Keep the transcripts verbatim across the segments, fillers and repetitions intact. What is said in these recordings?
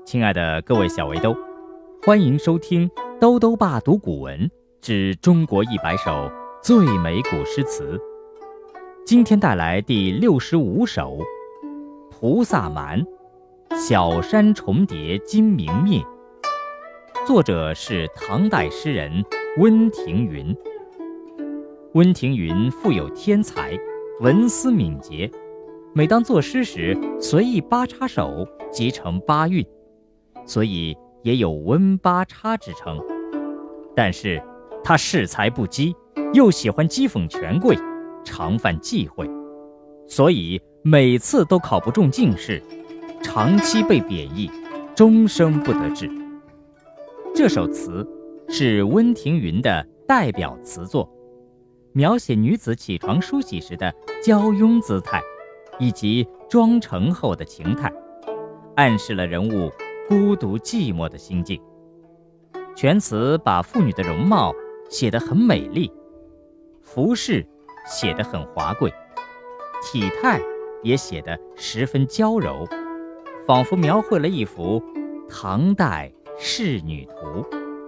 亲爱的各位小围兜，欢迎收听兜兜爸读古文之中国一百首最美古诗词。今天带来第六十五首《菩萨蛮·小山重叠今明灭》，作者是唐代诗人温庭筠。温庭筠富有天才，文思敏捷，每当作诗时随意八叉手，即成八韵，所以也有温八叉之称。但是他恃才不羁，又喜欢讥讽权贵，常犯忌讳，所以每次都考不中进士，长期被贬抑，终生不得志。这首词是温庭筠的代表词作，描写女子起床梳洗时的娇慵姿态，以及妆成后的情态，暗示了人物孤独寂寞的心境。全词把妇女的容貌写得很美丽，服饰写得很华贵，体态也写得十分娇柔，仿佛描绘了一幅唐代仕女图。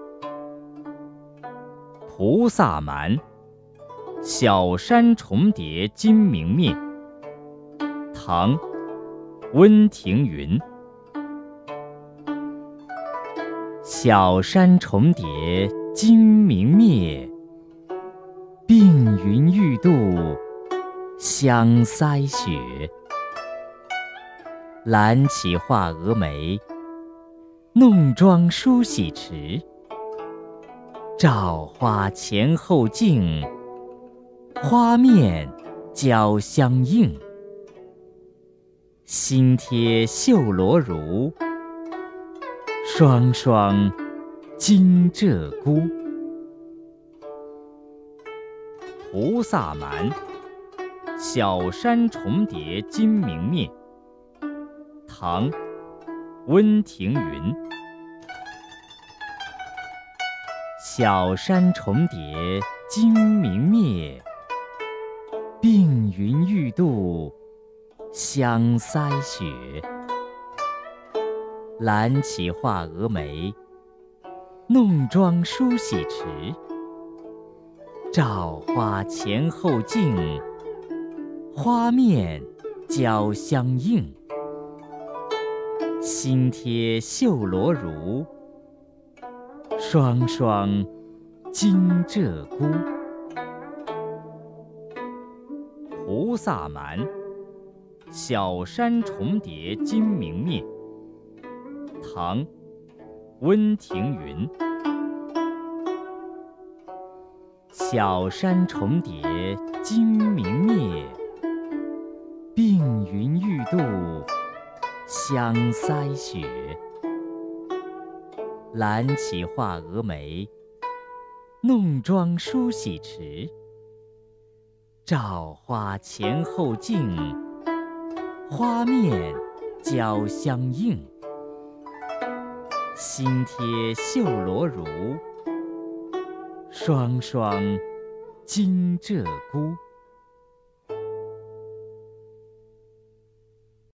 菩萨蛮·小山重叠今明灭，唐·温庭筠。小山重叠今明灭，鬓云欲度香腮雪。懒起画蛾眉，弄妆梳洗迟。照花前后镜，花面交相映。新贴绣罗襦，双双惊鹧鸪。菩萨蛮·小山重叠今明灭，唐·温庭筠。小山重叠今明灭，鬓云欲度香腮雪。懒起画蛾眉，弄妆梳洗迟。照花前后镜，花面交相映。新贴绣罗襦，双双惊鹧鸪。菩萨蛮·小山重叠今明灭，唐·温庭筠。小山重叠今明灭，鬓云欲度香腮雪。懒起画蛾眉，弄妆梳洗迟。照花前后镜，花面交相映。新贴绣罗襦，双双惊鹧鸪。